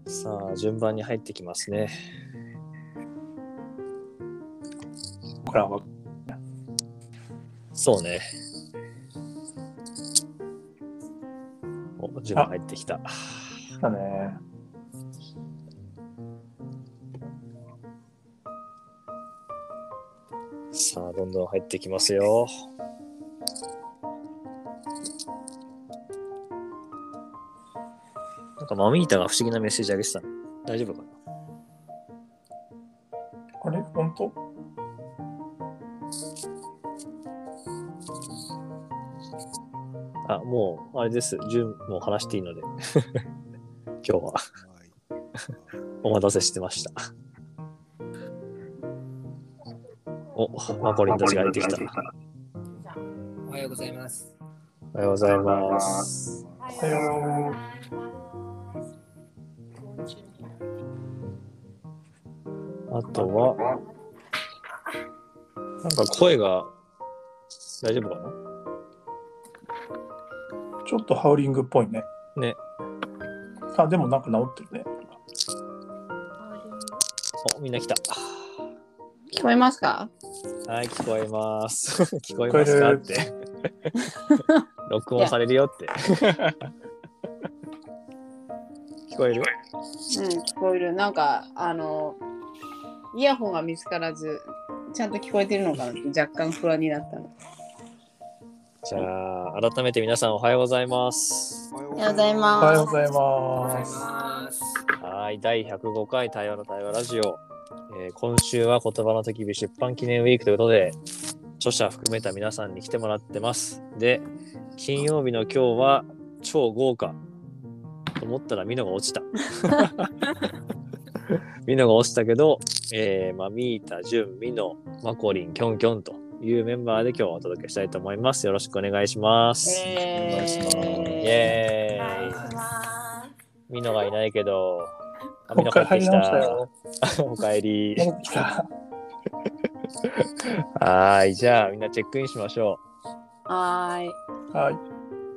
さあ順番に入ってきますね。 これはそうね。お、順番入ってきた。 だね。 さあどんどん入ってきますよ。なんかマミータが不思議なメッセージあげてたの。大丈夫かな。 あれ本当？ あ、もうあれです。順もう話していいので今日はお待たせしてました。お、マコリンたちが入ってきた。 おはようございます。 おはようございます。 おはよあとはなんか声が大丈夫かな。 ちょっとハウリングっぽいね。 ね。 あ、でもなんか治ってるね。 お、みんな来た。 聞こえますか？ はい、聞こえます。聞こえますかって録音されるよって聞こえる？ 聞こえる。なんかイヤホンが見つからずちゃんと聞こえてるのかなって若干不安になったの。 じゃあ改めて皆さんおはようございます。 おはようございおます。 はようございおはようございます。 ます。 はい、第105回対話の対話ラジオ、今週は言葉の手首出版記念ウィークということで著者含めた皆さんに来てもらってます。で、金曜日の今日は超豪華と思ったらミノが落ちたミノが落ちたけど、ミータ、ジュン、ミノ、マコリン、キョンキョンというメンバーで今日はお届けしたいと思います。よろしくお願いします。イエーイ。ミノがいないけど、ミノ帰ってきた。おかえり。 戻ってきた。 はい、じゃあみんなチェックインしましょはーい。 はい。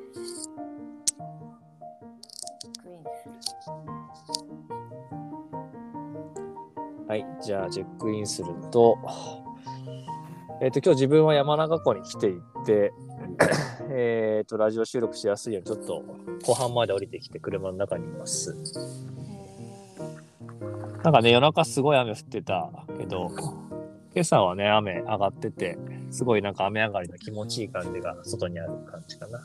う。はい、じゃあチェックインすると、今日自分は山中湖に来ていてラジオ収録しやすいようにちょっと後半まで降りてきて車の中にいます。なんかね、夜中すごい雨降ってたけど、今朝はね、雨上がってて、すごいなんか雨上がりの気持ちいい感じが外にある感じかな。い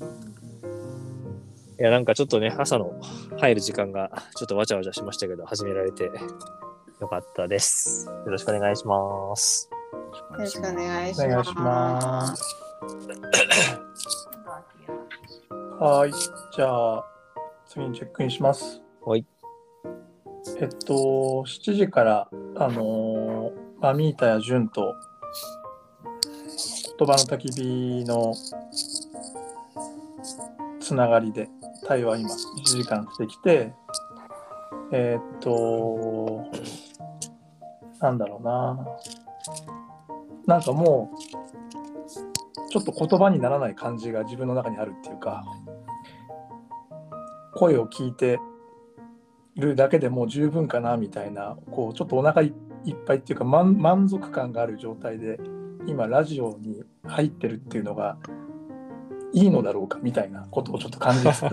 や、なんかちょっとね、朝の入る時間がちょっとわちゃわちゃしましたけど、始められてよかったです。よろしくお願いします。 よろしくお願いしお願いしま。 ますす。はい。じゃあ、次にチェックインします。 はい。 7時から、マミータやジュンと言葉の焚き火のつながりで対話今1時間してきて、なんだろうな。なんかもうちょっと言葉にならない感じが自分の中にあるっていうか、声を聞いてるだけでもう十分かなみたいな、こうちょっとお腹いっぱいっていうか、満足感がある状態で今ラジオに入ってるっていうのがいいのだろうかみたいなことをちょっと感じつつ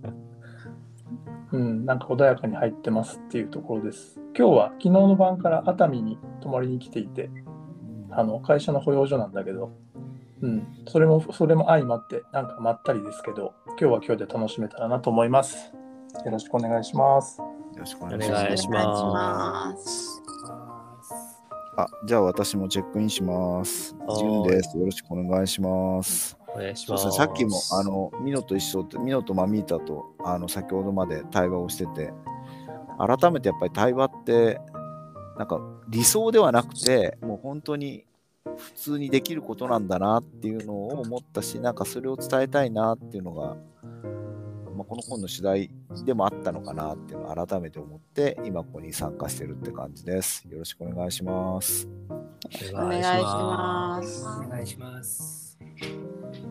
なんか穏やかに入ってますっていうところです。今日は昨日の晩から熱海に泊まりに来ていて、会社の保養所なんだけど、それも相まってなんかまったりですけど、今日は今日で楽しめたらなと思います。よろしくお願いします。 よろしくおお願いします。 願いします。 じゃあ私もチェックインします。ジュンです。よろしくお願いします。 お願いします。 さっきもミノと一緒で、ミノとマミータと先ほどまで対話をしてて、改めてやっぱり対話ってなんか理想ではなくて、もう本当に普通にできることなんだなっていうのを思ったし、なんかそれを伝えたいなっていうのが、この本の主題でもあったのかなっていうのを改めて思って、今ここに参加してるって感じです。よろしくお願いします。 お願いします。 お願いします。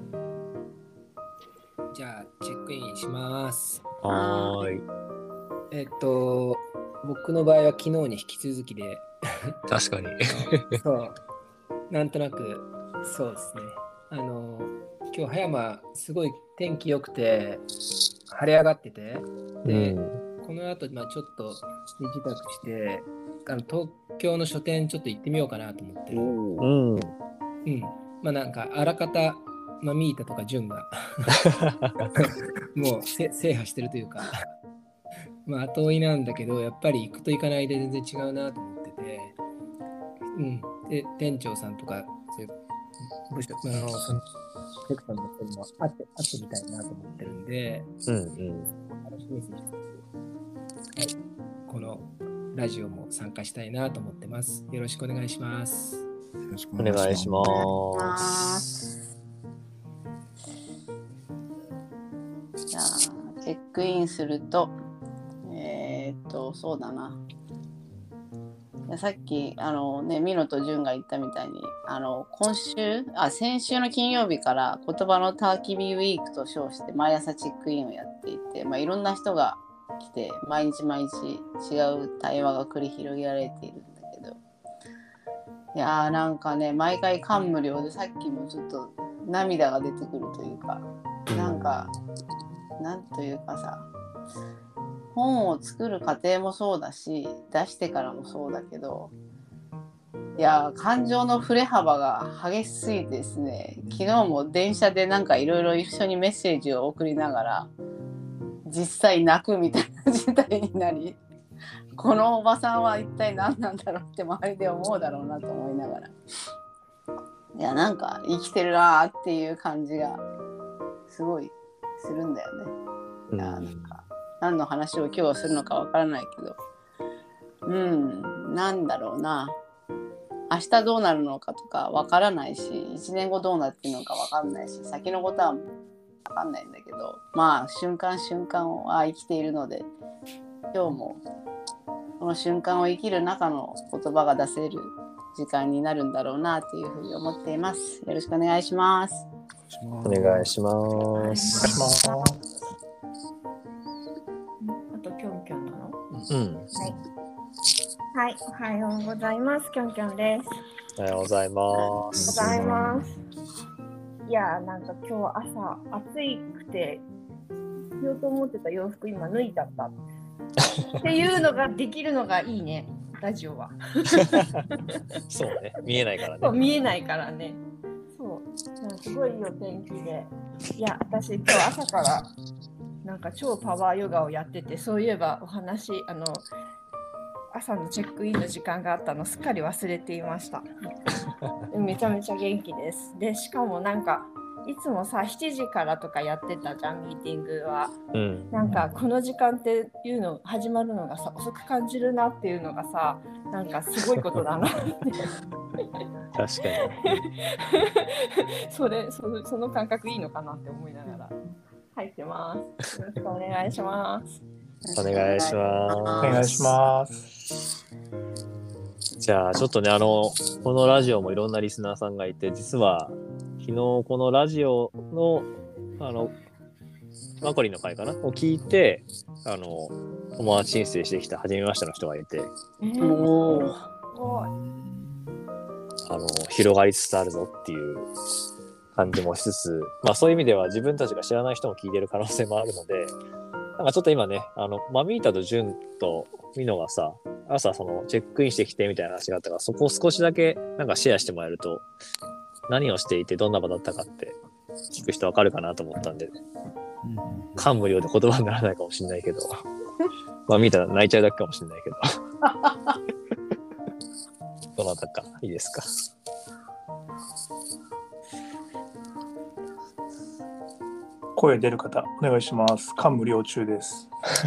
じゃあチェックインします。 はーい。 僕の場合は昨日に引き続きで、 確かに。 そう、なんとなく、そうですね。今日葉山、すごい天気良くて、晴れ上がってて、で、この後、ちょっと身支度して、東京の書店ちょっと行ってみようかなと思ってる。なんか、あらかた、マミータとかジュンが、もう制覇してるというか、後追いなんだけど、やっぱり行くと行かないで全然違うなと思ってて、で、店長さんとか、そういう部署、そのセクションの人にも会ってみたいなと思ってるんで、楽しみにしてます。はい、このラジオも参加したいなと思ってます。よろしくお願いします。 よろしくお願いします。 じゃあ、チェックインすると、そうだな。さっきミノとジュンが言ったみたいに先週の金曜日から言葉のたき火ウィークと称して毎朝チェックインをやっていて、いろんな人が来て毎日違う対話が繰り広げられているんだけど、いやーなんかね毎回感無量でさっきもちょっと涙が出てくるというか、なんというかさ、本を作る過程もそうだし出してからもそうだけど、いや感情の振れ幅が激しすぎてですね、昨日も電車でなんかいろいろ一緒にメッセージを送りながら実際泣くみたいな事態になり、このおばさんは一体何なんだろうって周りで思うだろうなと思いながら、いやなんか生きてるなっていう感じがすごいするんだよね。いやなんか何の話を今日はするのかわからないけど、なんだろうな、明日どうなるのかとかわからないし、1年後どうなってるのかわかんないし、先のことはわかんないんだけど、瞬間瞬間を生きているので、今日もこの瞬間を生きる中の言葉が出せる時間になるんだろうなというふうに思っています。よろしくお願いします。 お願いします。 キョンキョンなの？ はい、おはようございます。キョンキョンです。 おはようございます。 いやーなんか今日朝暑くて着ようと思ってた洋服今脱いじゃったっていうのができるのがいいね、ラジオは。 そうね、見えないからね。 そう見えないからね。そう、すごいいいお天気で、いや私今日朝からなんか超パワーヨガをやってて、そういえばお話朝のチェックインの時間があったのすっかり忘れていました。めちゃめちゃ元気です。でしかもなんかいつもさ7時からとかやってたじゃん、ミーティングは、なんかこの時間っていうの始まるのがさ遅く感じるなっていうのがさ、なんかすごいことだなって確かにその感覚いいのかなって思いながら入ってます。よろしくお願いします。 お願いします。 お願いします。 じゃあちょっとね、このラジオもいろんなリスナーさんがいて、実は昨日このラジオのマコリの会かなを聞いて友達申請してきた初めましての人がいて、広がりつつあるぞっていう感じもしつつ、そういう意味では自分たちが知らない人も聞いてる可能性もあるので、なんかちょっと今ね、マミータとジュンとミノがさ、朝そのチェックインしてきてみたいな話があったから、そこを少しだけなんかシェアしてもらえると、何をしていてどんな場だったかって聞く人わかるかなと思ったんで、感無量で言葉にならないかもしれないけど、マミータ泣いちゃうだけかもしれないけど、どなたかいいですか？ 声出る方お願いします。感無量中です。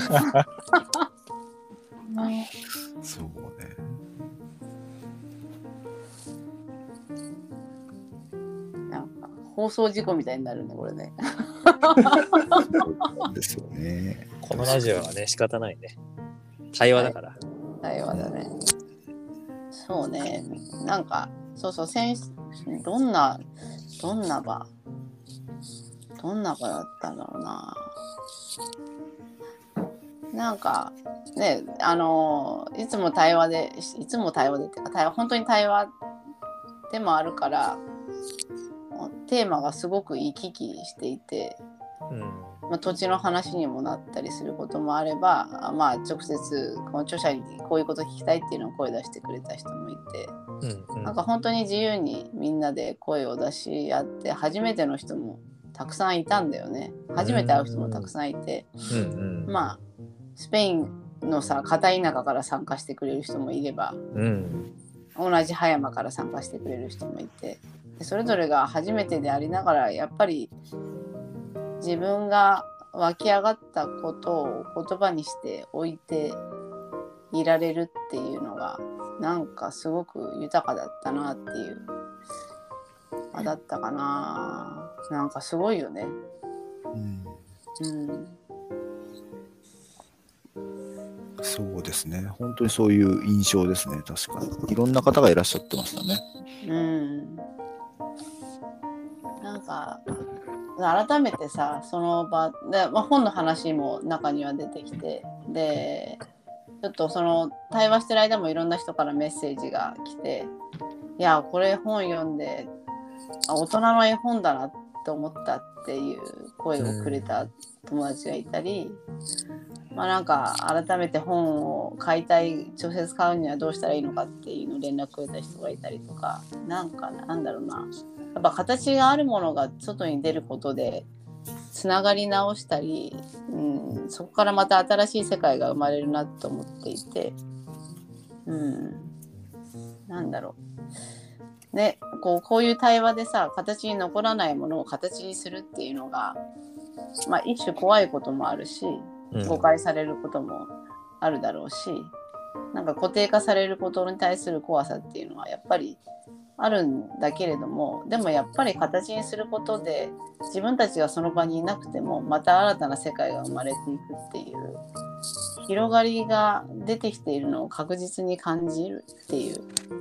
そうね。 なんか放送事故みたいになるねこれね。 ですよね。 このラジオはね仕方ないね。対話だから。 対話だね。そうね。なんかそうどんな場だったんだろうな。 なんかね、いつも対話でっていうか、本当に対話でもあるから、テーマがすごく行き来していて、土地の話にもなったりすることもあれば、直接この著者にこういうこと聞きたいっていうのを声出してくれた人もいて、なんか本当に自由にみんなで声を出し合って、初めての人もたくさんいたんだよね。初めて会う人もたくさんいて、スペインの片田舎から参加してくれる人もいれば、同じ葉山から参加してくれる人もいて、でそれぞれが初めてでありながら、やっぱり自分が湧き上がったことを言葉にしておいていられるっていうのが、なんかすごく豊かだったなっていう、だったかな。なんかすごいよね。 そうですね。本当にそういう印象ですね。確かに。いろんな方がいらっしゃってましたね。 なんか改めてさ、その場で、本の話も中には出てきて、でちょっとその対話してる間もいろんな人からメッセージが来て、いやこれ本読んで大人の絵本だなって思ったっていう声をくれた友達がいたり、なんか改めて本を買いたい、直接買うにはどうしたらいいのかっていうのを連絡くれた人がいたりとか、なんだろうな、やっぱ形があるものが外に出ることでつながり直したり、そこからまた新しい世界が生まれるなと思っていて、なんだろうね、こういう対話でさ、形に残らないものを形にするっていうのが、一種怖いこともあるし、誤解されることもあるだろうし、なんか固定化されることに対する怖さっていうのはやっぱりあるんだけれども、でもやっぱり形にすることで自分たちがその場にいなくてもまた新たな世界が生まれていくっていう広がりが出てきているのを確実に感じるっていう、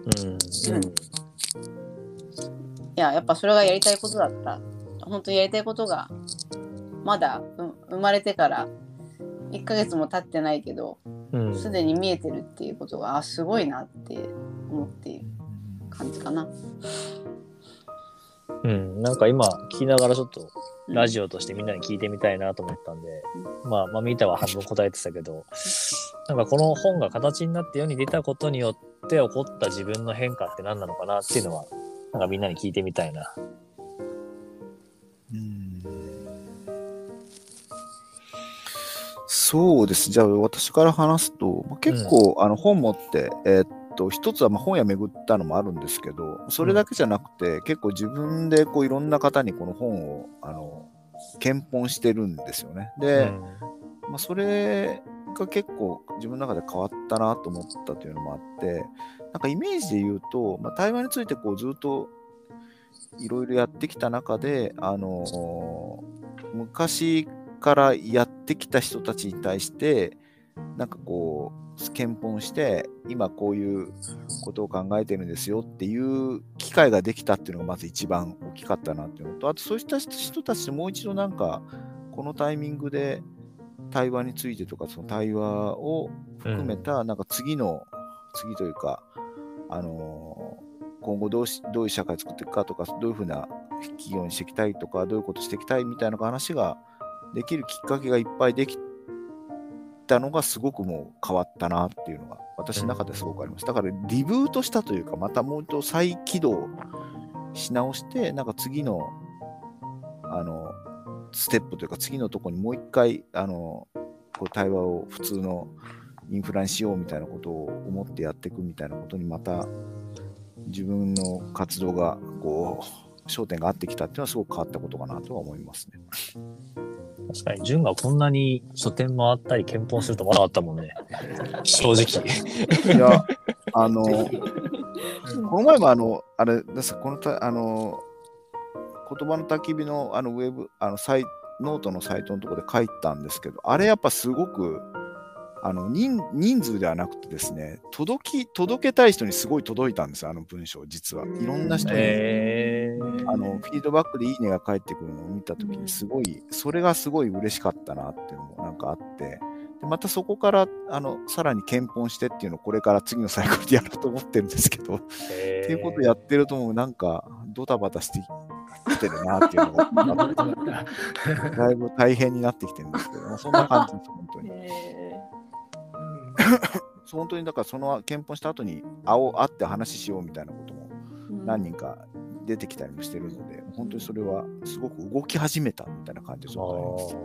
やっぱそれがやりたいことだった。本当にやりたいことがまだ生まれてから1ヶ月も経ってないけど、すでに見えてるっていうことがすごいなって思っている感じかな。 なんか今聞きながらちょっとラジオとしてみんなに聞いてみたいなと思ったんで、ミータは半分答えてたけど、なんかこの本が形になって世に出たことによって起こった自分の変化って何なのかなっていうのは、なんかみんなに聞いてみたいな。 そうです。じゃあ私から話すと、結構、本持って、一つは本屋巡ったのもあるんですけど、それだけじゃなくて、結構自分でいろんな方にこの本を検本してるんですよね。で、それが結構自分の中で変わったなと思ったというのもあって、なんかイメージで言うと、対話についてずっといろいろやってきた中で、昔からやってきた人たちに対してなんか検本して今こういうことを考えてるんですよっていう機会ができたっていうのがまず一番大きかったなっていうのと、あとそうした人たちともう一度なんかこのタイミングで対話についてとか、その対話を含めたなんか次というか今後どういう社会を作っていくかとか、どういうふうな企業にしていきたいとか、どういうことしていきたいみたいな話ができるきっかけがいっぱいできたのがすごくもう変わったなっていうのが私の中ですごくあります。だからリブートしたというか、またもう一度再起動し直して、なんか次のステップというか次のところにもう一回対話を普通のインフラにしようみたいなことを思ってやっていくみたいなことにまた自分の活動が焦点が合ってきたっていうのはすごく変わったことかなとは思いますね。 確かに純がこんなに書店回ったり検本すると思わなかったもんね。正直。 いやこの前もあれですこの言葉の焚き火のウェブノートのサイトのところで書いたんですけど、あれやっぱすごく人数ではなくてですね、届けたい人にすごい届いたんですよ、文章。実はいろんな人に、フィードバックでいいねが返ってくるのを見たときにすごい、それがすごい嬉しかったなっていうのもなんかあって、 でまたそこからさらに検本してっていうのをこれから次のサイクルでやろうと思ってるんですけど、っていうことをやってるともうなんかドタバタしてきてるなっていうのがだいぶ大変になってきてるんですけど、そんな感じです本当に。本当にだからその検本した後に会って話しようみたいなことも何人か出てきたりもしてるので、本当にそれはすごく動き始めたみたいな感じです。ち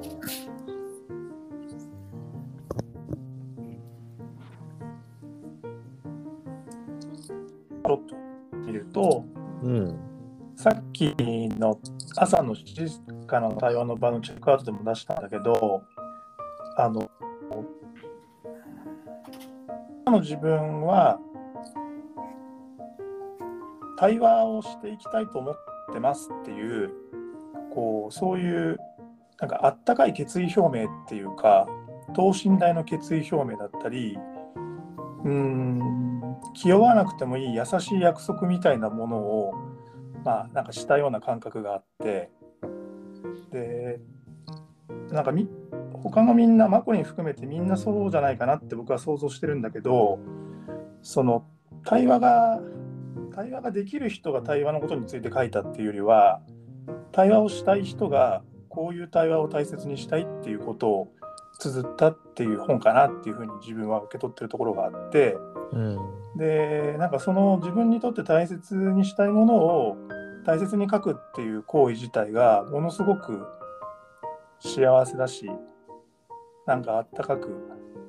ょっと見ると、さっきの朝の静かな対話の場のチェックアウトでも出したんだけど、自分は対話をしていきたいと思ってますっていう、そういうなんかあったかい決意表明っていうか、等身大の決意表明だったり、気負わなくてもいい優しい約束みたいなものをなんかしたような感覚があって、でなんか他のみんな、マコリン含めてみんなそうじゃないかなって僕は想像してるんだけど、その対話ができる人が対話のことについて書いたっていうよりは、対話をしたい人がこういう対話を大切にしたいっていうことを綴ったっていう本かなっていうふうに自分は受け取ってるところがあって、でなんかその自分にとって大切にしたいものを大切に書くっていう行為自体がものすごく幸せだし、なんかあったかく、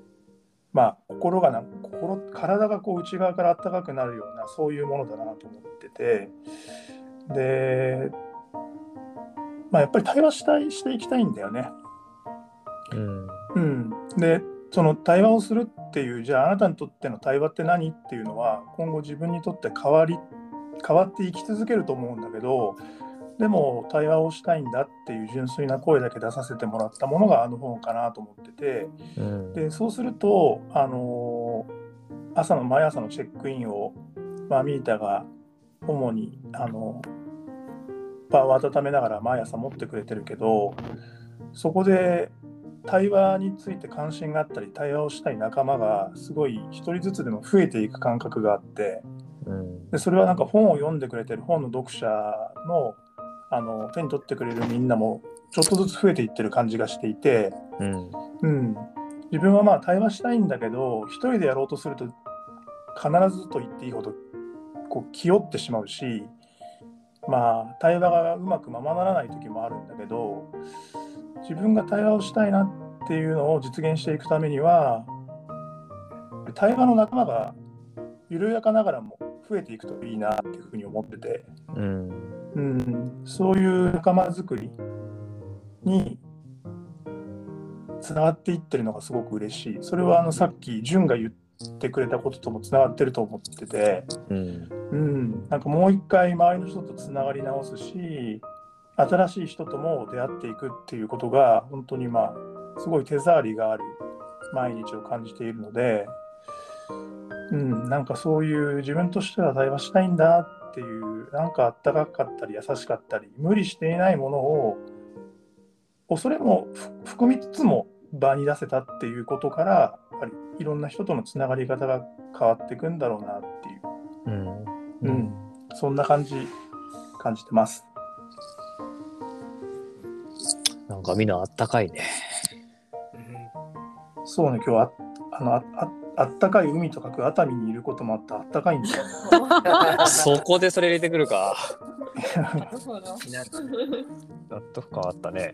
体が内側からあったかくなるような、そういうものだなと思ってて、で、やっぱり対話していきたいんだよね。で、その対話をするっていう、じゃああなたにとっての対話って何っていうのは、今後自分にとって変わっていき続けると思うんだけど、でも対話をしたいんだっていう純粋な声だけ出させてもらったものが本かなと思ってて、でそうすると毎朝のチェックインをマミータが主に場を温めながら毎朝持ってくれてるけど、そこで対話について関心があったり対話をしたい仲間がすごい一人ずつでも増えていく感覚があって、でそれはなんか本を読んでくれてる本の読者の手に取ってくれるみんなもちょっとずつ増えていってる感じがしていて、自分は対話したいんだけど、一人でやろうとすると必ずと言っていいほど気負ってしまうし、対話がうまくままならない時もあるんだけど、自分が対話をしたいなっていうのを実現していくためには、対話の仲間が緩やかながらも増えていくといいなっていうふうに思ってて、そういう仲間づくりにつながっていってるのがすごく嬉しい。それはさっき潤が言ってくれたことともつながってると思ってて、なんかもう一回周りの人とつながり直すし、新しい人とも出会っていくっていうことが本当にすごい手触りがある毎日を感じているので、なんかそういう自分としては対話したいんだっていう、なんかあったかかったり優しかったり無理していないものを恐れも含みつつも場に出せたっていうことから、やっぱりいろんな人とのつながり方が変わっていくんだろうなっていう、そんな感じてます。 なんかみんなあったかいね。 そうね、今日はあったかい海と書く熱海にいることもあってあったかいんだよ。 そこでそれ入れてくるか。納得感あったね。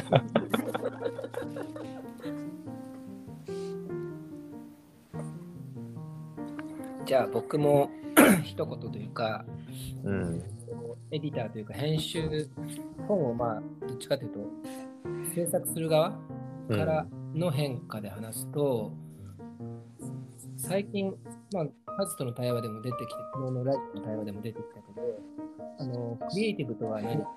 じゃあ僕も一言というか、エディターというか編集、本をどっちかというと制作する側からの変化で話すと、最近、カズとの対話でも出てきて、昨日のラジオの対話でも出てきたけど、クリエイティブとは何か、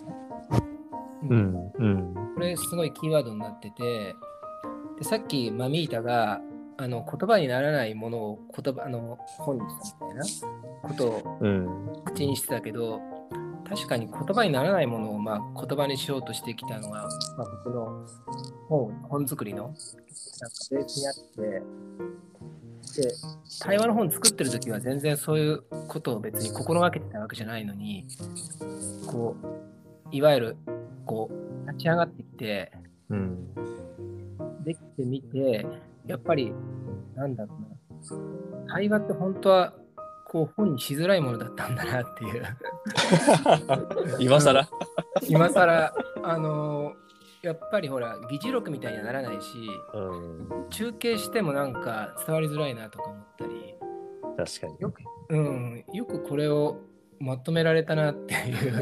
これすごいキーワードになってて、でさっきマミータが言葉にならないものを本にしたみたいなことを口にしてたけど、 確かに言葉にならないものを言葉にしようとしてきたのが、僕の本作りのなんかベースにあって、で対話の本作ってる時は全然そういうことを別に心がけてたわけじゃないのに、こういわゆるこう立ち上がってきて、できてみて、やっぱりなんだろうな、対話って本当はこう本にしづらいものだったんだなっていう今更今更やっぱりほら議事録みたいにはならないし、中継してもなんか伝わりづらいなとか思ったり、 確かによくこれをまとめられたなっていう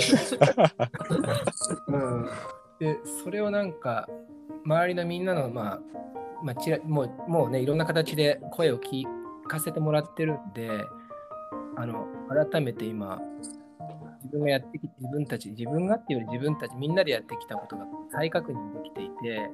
でそれをなんか周りのみんなのもうねいろんな形で声を聞かせてもらってるんで、改めて今自分がやってきて自分がっていうより自分たちみんなでやってきたことが再確認できていて、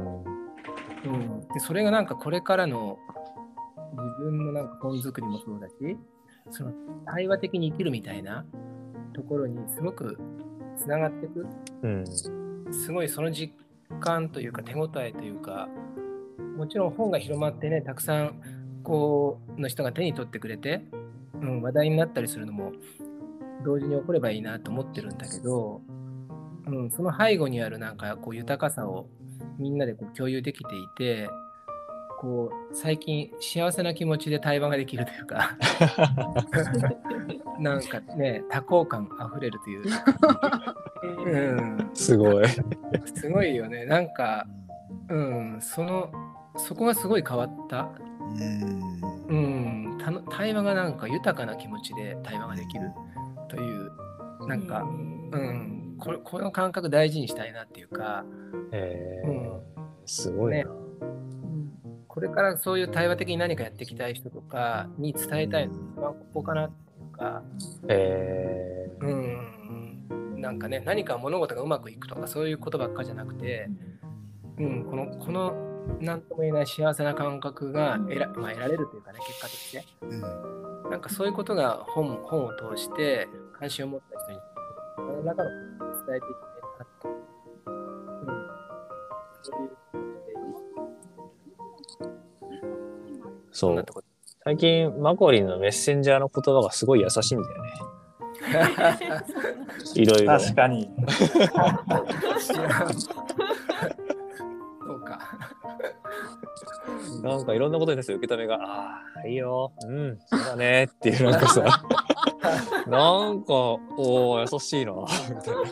でそれがなんかこれからの自分のなんか本作りもそうだし、その対話的に生きるみたいなところにすごくつながっていく、すごいその実感というか手応えというか、もちろん本が広まってね、たくさんこうの人が手に取ってくれて、話題になったりするのも同時に起こればいいなと思ってるんだけど、その背後にあるなんかこう豊かさをみんなでこう共有できていて、こう最近幸せな気持ちで対話ができるというかなんかね多幸感あふれるという、 すごいすごいよね。なんか、そこがすごい変わった。対話がなんか豊かな気持ちで対話ができるという、なんか、この感覚大事にしたいなっていうか、 すごいな、 これからそういう対話的に何かやっていきたい人とかに伝えたいのはここかなっていうか、なんかね、何か物事がうまくいくとかそういうことばっかじゃなくて、この何とも言えない幸せな感覚が得られるというかね、結果として、なんかそういうことが本を通して関心を持った人に何らかの伝えていきたいなと、そういうそう最近マコリンのメッセンジャーの言葉がすごい優しいんだよねいろいろ確かにそうかなんかいろんなことに対する受け止めがいいよそうだねっていうなんかさなんか優しいなみたいな。 若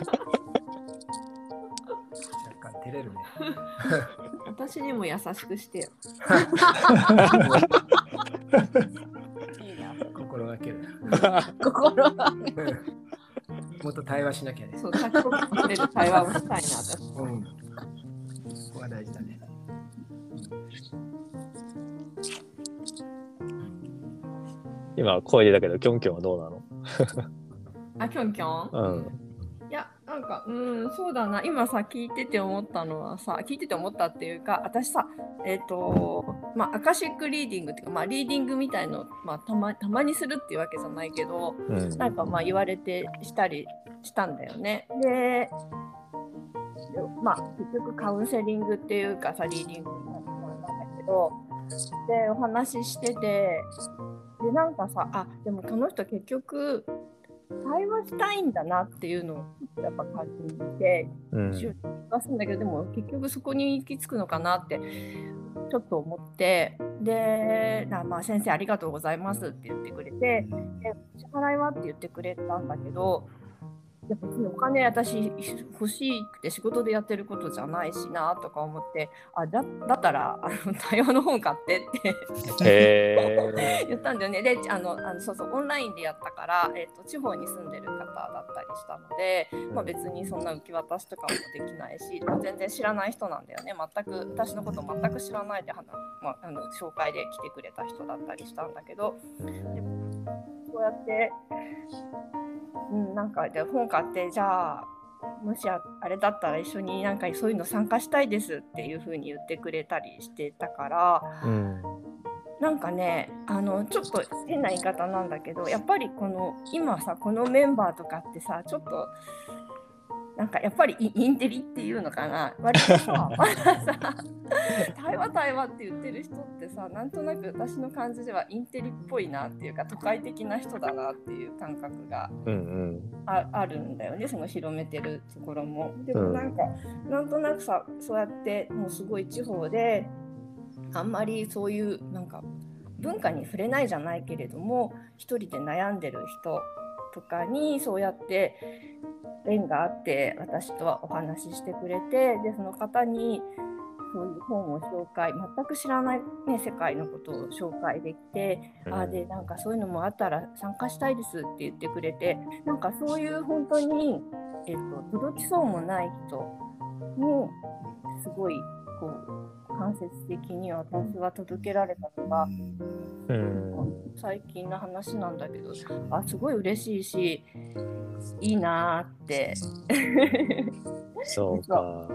干照れるね私にも優しくしてよ。 心がける。 心がける。 もっと対話しなきゃね。 そう、書き込める対話をしたいな、私。 ここが大事だね。 今声出たけど、キョンキョンはどうなの？ キョンキョン？いや、なんか、そうだな。今さ、聞いてて思ったっていうか、私さ、アカシックリーディングっていうか、リーディングみたいの、たまにするっていうわけじゃないけど、なんか言われてしたりしたんだよね。で、結局カウンセリングっていうかさ、リーディングなんだけど、で、お話ししてて、で、なんかさ、でもこの人結局、対話したいんだなっていうのをやっぱ感じて、はするんだけど、でも結局そこに行き着くのかなってちょっと思って、で、先生ありがとうございますって言ってくれて、で支払いはって言ってくれたんだけど、いや別にお金私欲しくて仕事でやってることじゃないしなとか思って、だったら対話の本買ってって言ったんだよね。でそうオンラインでやったから、地方に住んでる方だったりしたので、別にそんな受け渡しとかもできないし、全然知らない人なんだよね。私のこと全く知らないで紹介で来てくれた人だったりしたんだけど、こうやってなんかで本買って、じゃあもしあれだったら一緒になんかそういうの参加したいですっていう風に言ってくれたりしてたから、 なんかね、ちょっと変な言い方なんだけど、やっぱり今さ、このメンバーとかってさ、ちょっとなんかやっぱりインテリっていうのかな、割とさまださ対話って言ってる人ってさ、なんとなく私の感じではインテリっぽいなっていうか、都会的な人だなっていう感覚があるんだよね、その広めてるところも。でもなんか、なんとなくさ、そうやってもうすごい地方であんまりそういうなんか文化に触れないじゃないけれども、一人で悩んでる人とかにそうやって縁があって私とはお話ししてくれて、でその方にそういう本を紹介、全く知らない、ね、世界のことを紹介できて、でなんかそういうのもあったら参加したいですって言ってくれて、なんかそういう本当に、届きそうもない人にすごいこう間接的に私は届けられたのが、最近の話なんだけど、すごい嬉しいし、いいなって。 そうか。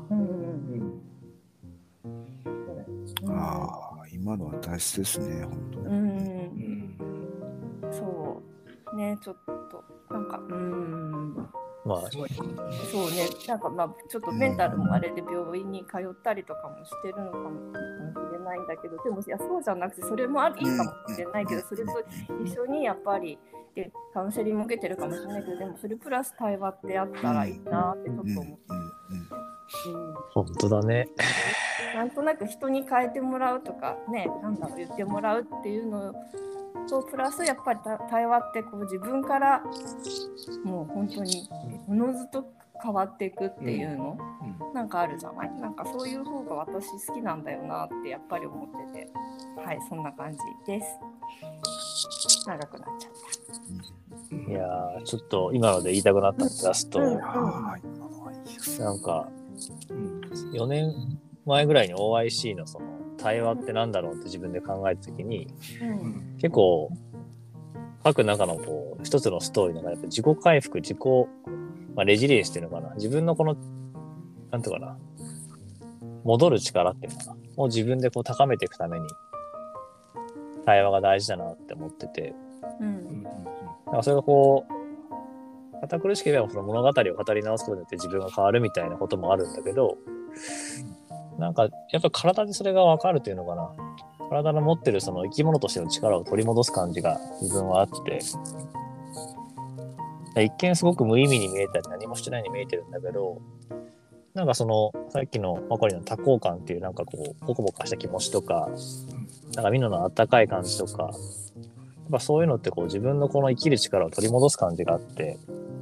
今のは大切ですね、本当に。 そうね、ちょっとなんかまあ、 そうね、なんかちょっとメンタルもあれで病院に通ったりとかもしてるのかもしれないんだけど、でもそうじゃなくて、それもいいかもしれないけど、それと一緒にやっぱりカウンセリング受けてるかもしれないけど、でもそれプラス対話ってあったらいいなってちょっと思って。 本当だね。 なんとなく人に変えてもらうとかね、なんだろう、言ってもらうっていうのとプラスやっぱり対話ってこう自分からもう本当におのずと変わっていくっていうの、なんかあるじゃない。なんかそういう方が私好きなんだよなってやっぱり思ってて、はい、そんな感じです。長くなっちゃった。 いやー、ちょっと今ので言いたくなったんです、ラスト。なんか4年前ぐらいに OIC のその対話ってなんだろうって自分で考えたときに、結構書く中のこう一つのストーリーの中で自己回復、レジリエンスっていうのかな、自分のこのなんていうかな、戻る力っていうのかなを自分でこう高めていくために対話が大事だなって思ってて、だからそれがこう堅苦しければその物語を語り直すことによって自分が変わるみたいなこともあるんだけど、なんかやっぱ体でそれが分かるというのかな、体の持ってるその生き物としての力を取り戻す感じが自分はあって、一見すごく無意味に見えたり何もしてないように見えてるんだけど、なんかそのさっきのマコリの多幸感っていうなんかこうボコボコした気持ちとか、なんかみんなのあったかい感じとか、やっぱそういうのってこう自分のこの生きる力を取り戻す感じがあって、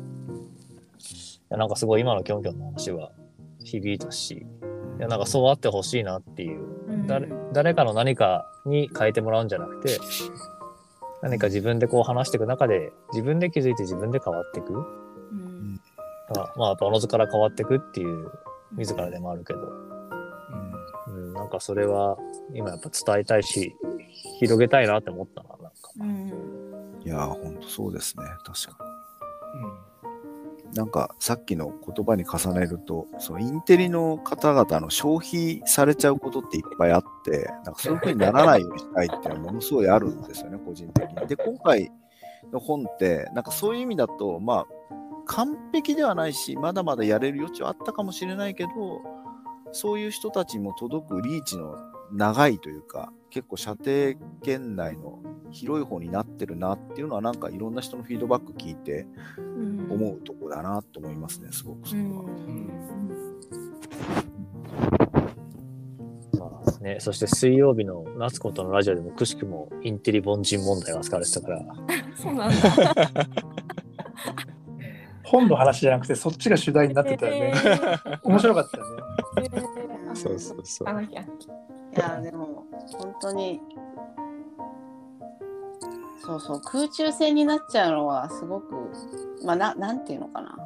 なんかすごい今のキョンキョンの話は響いたし、なんかそうあってほしいなっていう、誰かの何かに変えてもらうんじゃなくて、何か自分でこう話していく中で自分で気づいて自分で変わっていく、まあやっぱおのずから変わっていくっていう自らでもあるけど、なんかそれは今やっぱ伝えたいし広げたいなって思ったな。なんか、 いや本当そうですね、確かに。なんかさっきの言葉に重ねると、そのインテリの方々の消費されちゃうことっていっぱいあって、なんかそういう風にならないようにしたいっていうのはものすごいあるんですよね、個人的に。で、今回の本ってなんかそういう意味だと、まあ完璧ではないし、まだまだやれる余地はあったかもしれないけど、そういう人たちにも届くリーチの長いというか、結構射程圏内の広い方になってるなっていうのは、なんかいろんな人のフィードバック聞いて思うとこだなと思いますね、すごくそれは。 まあね、そして水曜日の夏子とのラジオでもくしくもインテリ凡人問題が扱われてたから。 そうなんだ。 本の話じゃなくてそっちが主題になってたよね。面白かったよね。 そうそうそう。 いやでも本当にそう空中戦になっちゃうのはすごくなんていうのかな。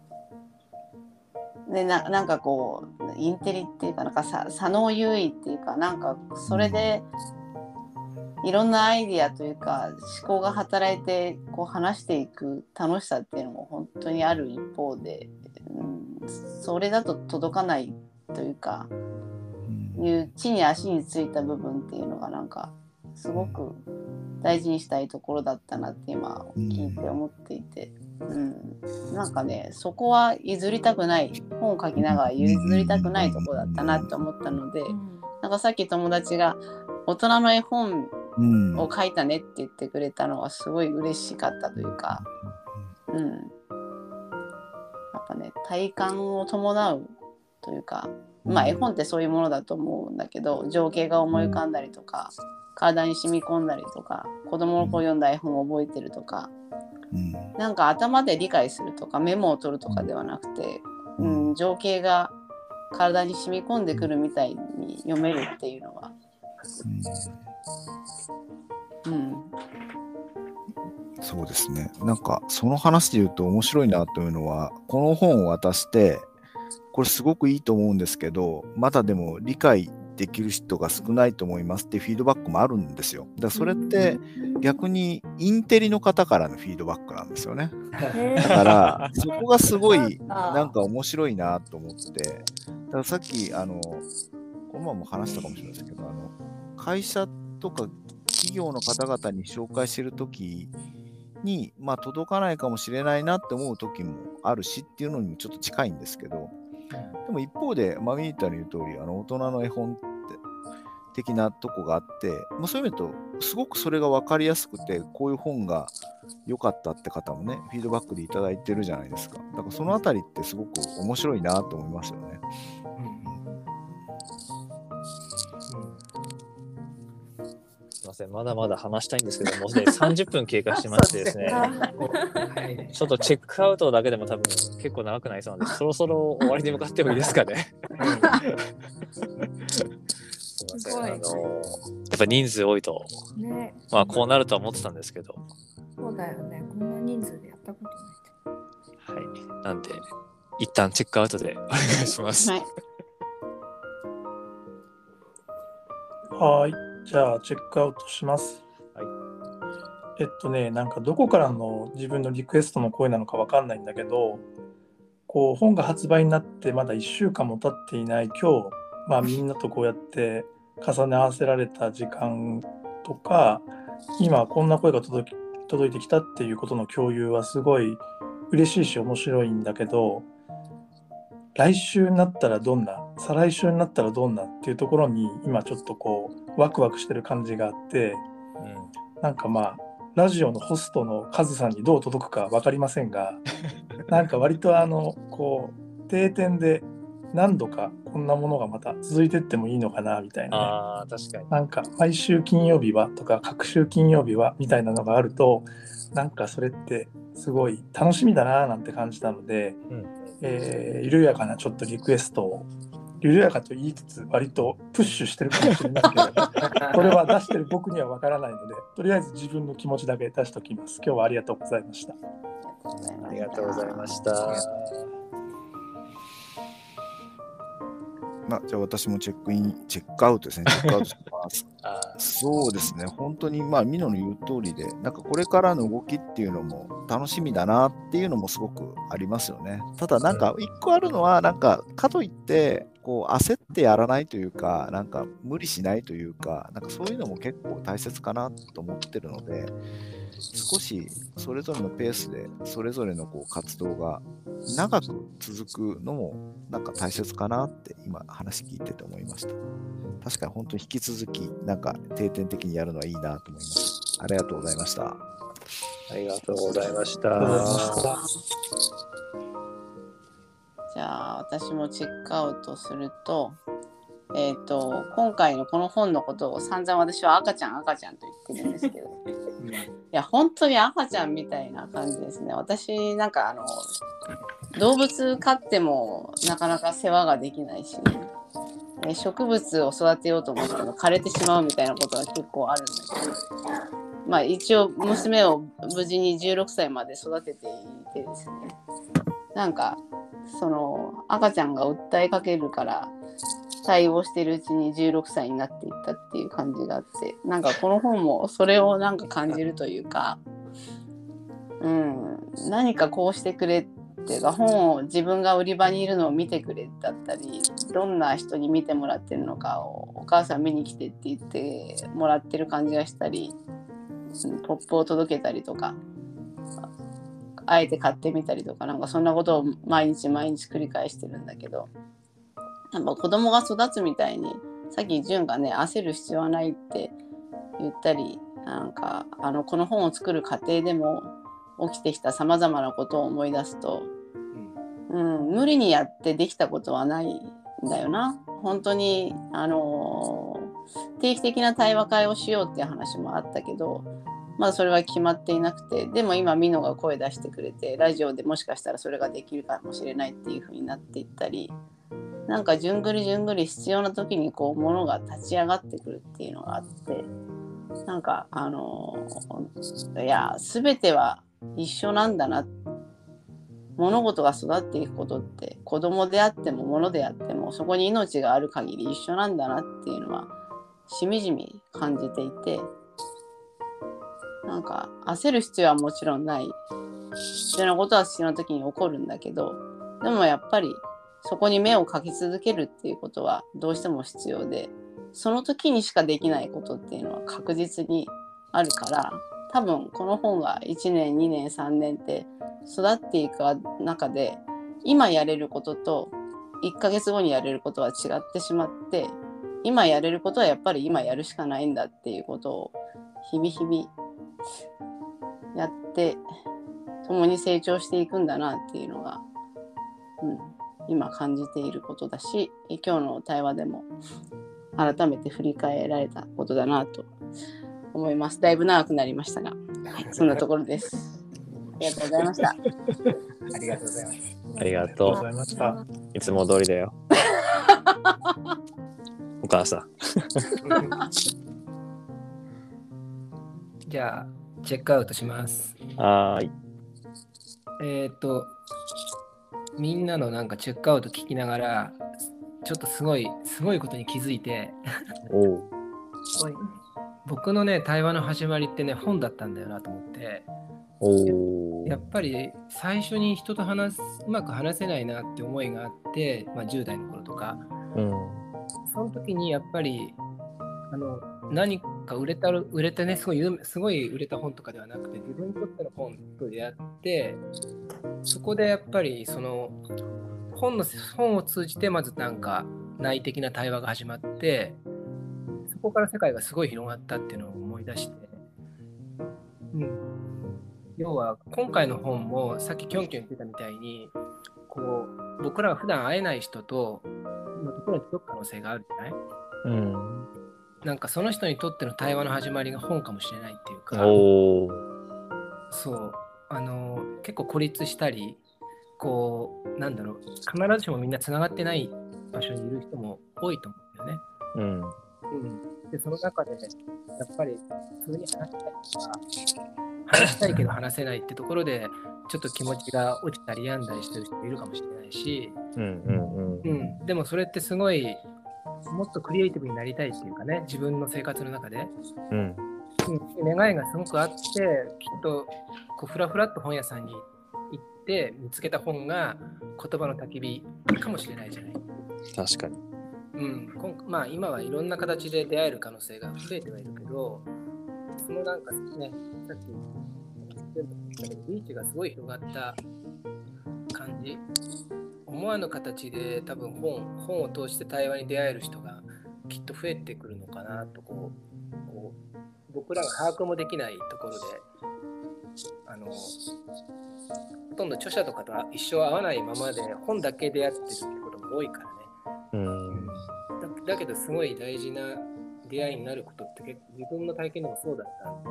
でなんかこうインテリっていうかなんか左脳優位っていうかなんかそれでいろんなアイディアというか思考が働いてこう話していく楽しさっていうのも本当にある一方で、それだと届かないというか、いう地に足についた部分っていうのがなんかすごく大事にしたいところだったなって今聞いて思っていて、なんかねそこは譲りたくない、本を書きながら譲りたくないところだったなって思ったので、なんかさっき友達が大人の絵本を書いたねって言ってくれたのはすごい嬉しかったというか、やっぱね体感を伴うというか、絵本ってそういうものだと思うんだけど、情景が思い浮かんだりとか、体に染み込んだりとか、子供の頃読んだ絵本を覚えてるとか、なんか頭で理解するとかメモを取るとかではなくて、情景が体に染み込んでくるみたいに読めるっていうのは、 そうですね。なんかその話で言うと面白いなというのは、この本を渡してこれすごくいいと思うんですけど、まだでも理解できる人が少ないと思いますってフィードバックもあるんですよ。だからそれって逆にインテリの方からのフィードバックなんですよね。だからそこがすごいなんか面白いなと思って、だからさっきこのままも話したかもしれないですけど、会社とか企業の方々に紹介してるときに、届かないかもしれないなって思う時もあるしっていうのにもちょっと近いんですけど、でも一方でマミータの言う通り大人の絵本って的なとこがあって、そういう意味だとすごくそれが分かりやすくて、こういう本が良かったって方もねフィードバックでいただいてるじゃないですか。だからそのあたりってすごく面白いなと思いますよね。 すいません、まだまだ話したいんですけども、すでに30分経過してましてですねちょっとチェックアウトだけでも多分結構長くなりそうなんで、そろそろ終わりに向かってもいいですかねすいません、やっぱ人数多いと、こうなるとは思ってたんですけど、 そうだよね、こんな人数でやったことない。 はい、なんで一旦チェックアウトでお願いします。 はい、じゃあチェックアウトします。なんかどこからの自分のリクエストの声なのかわかんないんだけど、本が発売になってまだ1週間も経っていない今日、みんなとこうやって重ね合わせられた時間とか、今こんな声が届いてきたっていうことの共有はすごい嬉しいし面白いんだけど、来週になったらどんな、再来週になったらどんなっていうところに今ちょっとワクワクしてる感じがあって、なんかラジオのホストのカズさんにどう届くか分かりませんがなんか割と定点で何度かこんなものがまた続いてってもいいのかなみたいな、 確かになんか毎週金曜日はとか各週金曜日はみたいなのがあると、なんかそれってすごい楽しみだななんて感じたので、緩やかなちょっとリクエストを、緩やかと言いつつ割とプッシュしてるかもしれないけどこれは出してる僕にはわからないので、とりあえず自分の気持ちだけ出しておきます。今日はありがとうございました。 ありがとうございました。 じゃあ私もチェックアウトですね。チェックアウトします。そうですね。本当にミノの言う通りで、なんかこれからの動きっていうのも楽しみだなっていうのもすごくありますよね。ただなんか一個あるのは、なんかかといって焦ってやらないというか、なんか無理しないというか、なんかそういうのも結構大切かなと思ってるので、少しそれぞれのペースでそれぞれの活動が長く続くのもなんか大切かなって今話聞いてて思いました。確かに本当に引き続きなんか定点的にやるのはいいなと思います。ありがとうございました。 ありがとうございました。 じゃあ私もチェックアウトすると、今回のこの本のことを散々私は赤ちゃんと言ってるんですけどいや本当に赤ちゃんみたいな感じですね。私なんか動物飼ってもなかなか世話ができないし、植物を育てようと思っても枯れてしまうみたいなことが結構あるんだけど、一応娘を無事に16歳まで育てていてですね、なんかその赤ちゃんが訴えかけるから対応してるうちに16歳になっていったっていう感じがあって、なんかこの本もそれをなんか感じるというか、何かこうしてくれっていうか本を自分が売り場にいるのを見てくれだったり、どんな人に見てもらってるのかをお母さん見に来てって言ってもらってる感じがしたり、ポップを届けたりとか、あえて買ってみたりとか、なんかそんなことを毎日毎日繰り返してるんだけど、やっぱ子供が育つみたいに、さっき純がね焦る必要はないって言ったり、なんかこの本を作る過程でも起きてきたさまざまなことを思い出すと、無理にやってできたことはないんだよな。本当に定期的な対話会をしようっていう話もあったけど、まだそれは決まっていなくて、でも今ミノが声出してくれて、ラジオでもしかしたらそれができるかもしれないっていう風になっていったり、なんかじゅんぐりじゅんぐり必要な時にこう物が立ち上がってくるっていうのがあって、なんかいや全ては一緒なんだな。物事が育っていくことって子供であっても物であってもそこに命がある限り一緒なんだなっていうのはしみじみ感じていて、なんか焦る必要はもちろんない。必要なことは必要な時に起こるんだけど、でもやっぱりそこに目をかけ続けるっていうことはどうしても必要で、その時にしかできないことっていうのは確実にあるから、多分この本が1年2年3年って育っていく中で、今やれることと1ヶ月後にやれることは違ってしまって、今やれることはやっぱり今やるしかないんだっていうことを日々日々やって共に成長していくんだなっていうのが、今感じていることだし、今日の対話でも改めて振り返られたことだなと思います。だいぶ長くなりましたが、そんなところです。ありがとうございました。 ありがとうございます。 ありがとう。いつも通りだよ。お母さん。 じゃあ、チェックアウトします。 はーい。 みんなのなんかチェックアウト聞きながら、ちょっとすごいことに気づいて、僕のね、対話の始まりってね、本だったんだよなと思って、やっぱり最初に人とうまく話せないなって思いがあって、10代の頃とか、その時にやっぱり何か売れてね、すごい売れた本とかではなくて、自分にとっての本と出会って、そこでやっぱりその本を通じてまずなんか内的な対話が始まって、そこから世界がすごい広がったっていうのを思い出して、要は今回の本もさっきキョンキョン言ってたみたいに、こう僕らが普段会えない人とのところに届く可能性があるじゃない？なんかその人にとっての対話の始まりが本かもしれないっていうか、そう結構孤立したり、こうなんだろう、必ずしもみんなつながってない場所にいる人も多いと思うんだよね。でその中でやっぱり普通に話したいとか、話したいけど話せないってところでちょっと気持ちが落ちたり病んだりしてる人もいるかもしれないし、でもそれってすごいもっとクリエイティブになりたいっていうかね、自分の生活の中で、願いがすごくあって、きっとこうフラフラっと本屋さんに行って見つけた本が言葉の焚き火かもしれないじゃない。 確かに。 今はいろんな形で出会える可能性が増えてはいるけど、そのなんかね、さっき言ったけどリーチがすごい広がった感じ、思わぬ形で多分本を通して対話に出会える人がきっと増えてくるのかなと、こう僕らが把握もできないところで、ほとんど著者とかとは一生会わないままで本だけ出会ってるってことも多いからね。だけどすごい大事な出会いになることって結構自分の体験でもそうだったんで、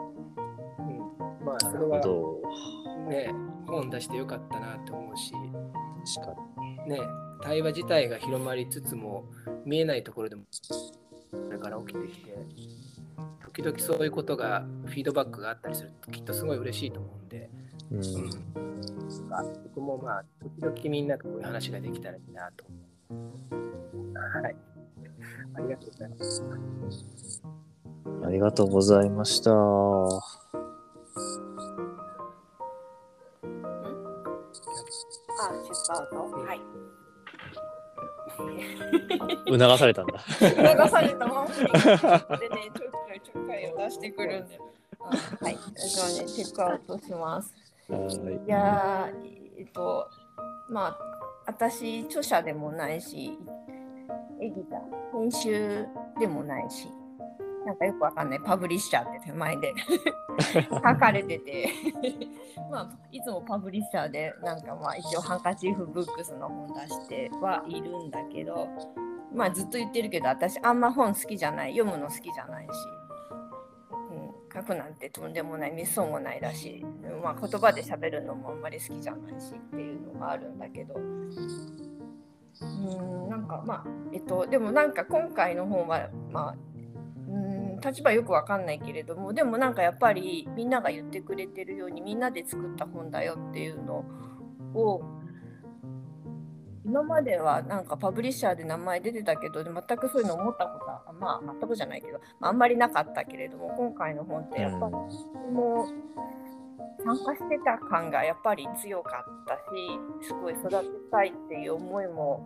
それはね、本出してよかったなって思うし、 確かにね、対話自体が広まりつつも見えないところでもだから起きてきて、時々そういうことがフィードバックがあったりするときっとすごい嬉しいと思うんで、僕も時々みんなとこういう話ができたらいいなと思う。はい、ありがとうございます。 ありがとうございました。 促されたんだ。 流されたままでね、ちょっかいを出してくるんで。はい、じゃあね、チェックアウトします。いやまあ、私、著者でもないし、エディター、編集でもないし、なんかよくわかんないパブリッシャーって手前で書かれててまあ、いつもパブリッシャーで、なんかまあ、一応ハンカチーフブックスの本出してはいるんだけど、まあ、ずっと言ってるけど、私、あんま本好きじゃない、読むの好きじゃないし。書くなんてとんでもない、めっそうもないだし、まあ、言葉で喋るのもあんまり好きじゃないしっていうのがあるんだけど、なんかまあ、でもなんか今回の本は、まあ、立場よくわかんないけれども、でもなんかやっぱりみんなが言ってくれてるようにみんなで作った本だよっていうのを、今まではなんかパブリッシャーで名前出てたけど、全くそういうの思ったことは、まあ全くじゃないけど、あんまりなかったけれども、今回の本ってやっぱりもう参加してた感がやっぱり強かったし、すごい育てたいっていう思いも、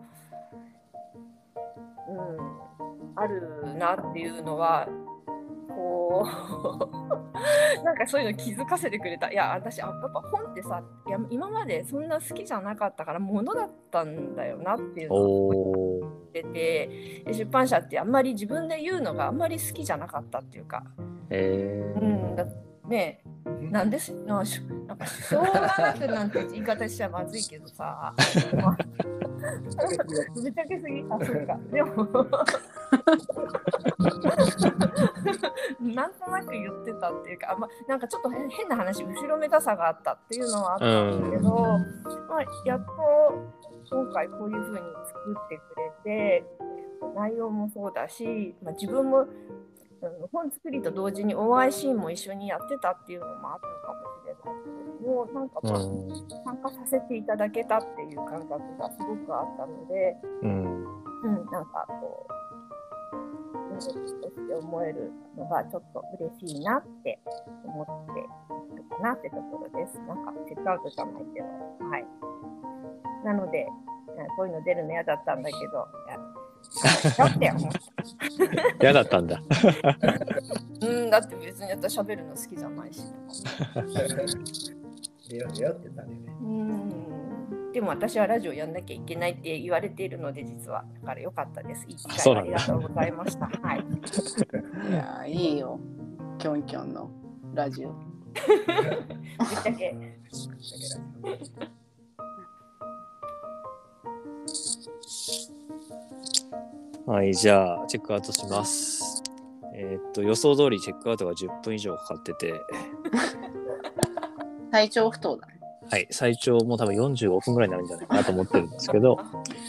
あるなっていうのは、こうなんかそういうの気づかせてくれた。いや、私やっぱ本ってさ、今までそんな好きじゃなかったからものだったんだよなっていうのを言ってて、出版社ってあんまり自分で言うのがあんまり好きじゃなかったっていうか、だね、なんですなんかしょうがなくなんて言い方しちゃまずいけどさ、ぶっちゃけすぎ。あ、そうか。でもなんとなく言ってたっていうか、なんかちょっと変な話、後ろめたさがあったっていうのはあったんですけど、やっと今回こういう風に作ってくれて、内容もそうだし、自分も本作りと同時に OIC も一緒にやってたっていうのもあったのかもしれないけども、なんか参加させていただけたっていう感覚がすごくあったので、なんかこうとして思えるのがちょっと嬉しいなって思っているかなってところです。なんかチェックアウトじゃないけど、はい。なので、こういうの出るの嫌だったんだけど、だって嫌だったんだ。 だって別に私喋るの好きじゃないし。 やってたね。 でも私はラジオやんなきゃいけないって言われているので、実はだから良かったです。いい機会ありがとうございました。はい。 いやいいよ、キョンキョンのラジオ。ぶっちゃけ。 はい、じゃあチェックアウトします。予想通りチェックアウトが10分以上かかってて体調不当だね。 はい、最長も多分45分ぐらいになるんじゃないかなと思ってるんですけど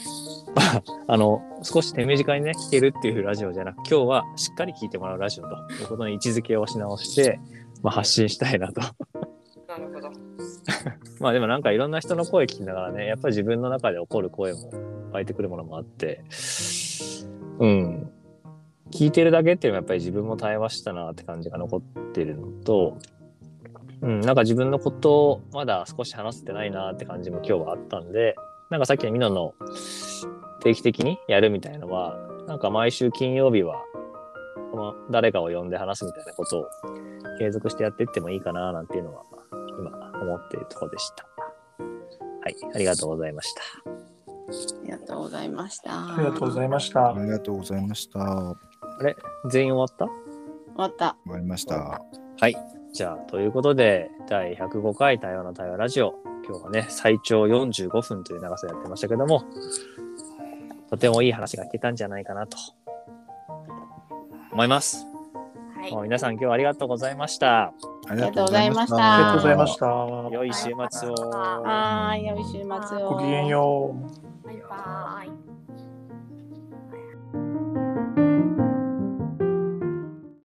少し手短にね聞けるっていうラジオじゃなく、今日はしっかり聞いてもらうラジオということに位置づけをし直して、発信したいなとなるほど。 でもなんかいろんな人の声聞きながらね、やっぱり自分の中で起こる声も湧いてくるものもあって、聞いてるだけっていうのはやっぱり自分も対話したなって感じが残ってるのと、なんか自分のことをまだ少し話せてないなって感じも今日はあったんで、なんかさっきのミノの定期的にやるみたいのは、なんか毎週金曜日は誰かを呼んで話すみたいなことを継続してやっていってもいいかななんていうのは今思っているところでした。はい、ありがとうございました。 ありがとうございました。 ありがとうございました。 ありがとうございました。 あれ、全員終わった？ 終わった。 終わりました。 はい。じゃあ、ということで、第105回対話の対話ラジオ。今日はね、最長45分という長さやってましたけども、とてもいい話が聞けたんじゃないかなと思います。 はい。 皆さん今日はありがとうございました。 ありがとうございましたありがとうございました。 良い週末を。 はい、良い週末を。 ごきげんよう。 バイバイ。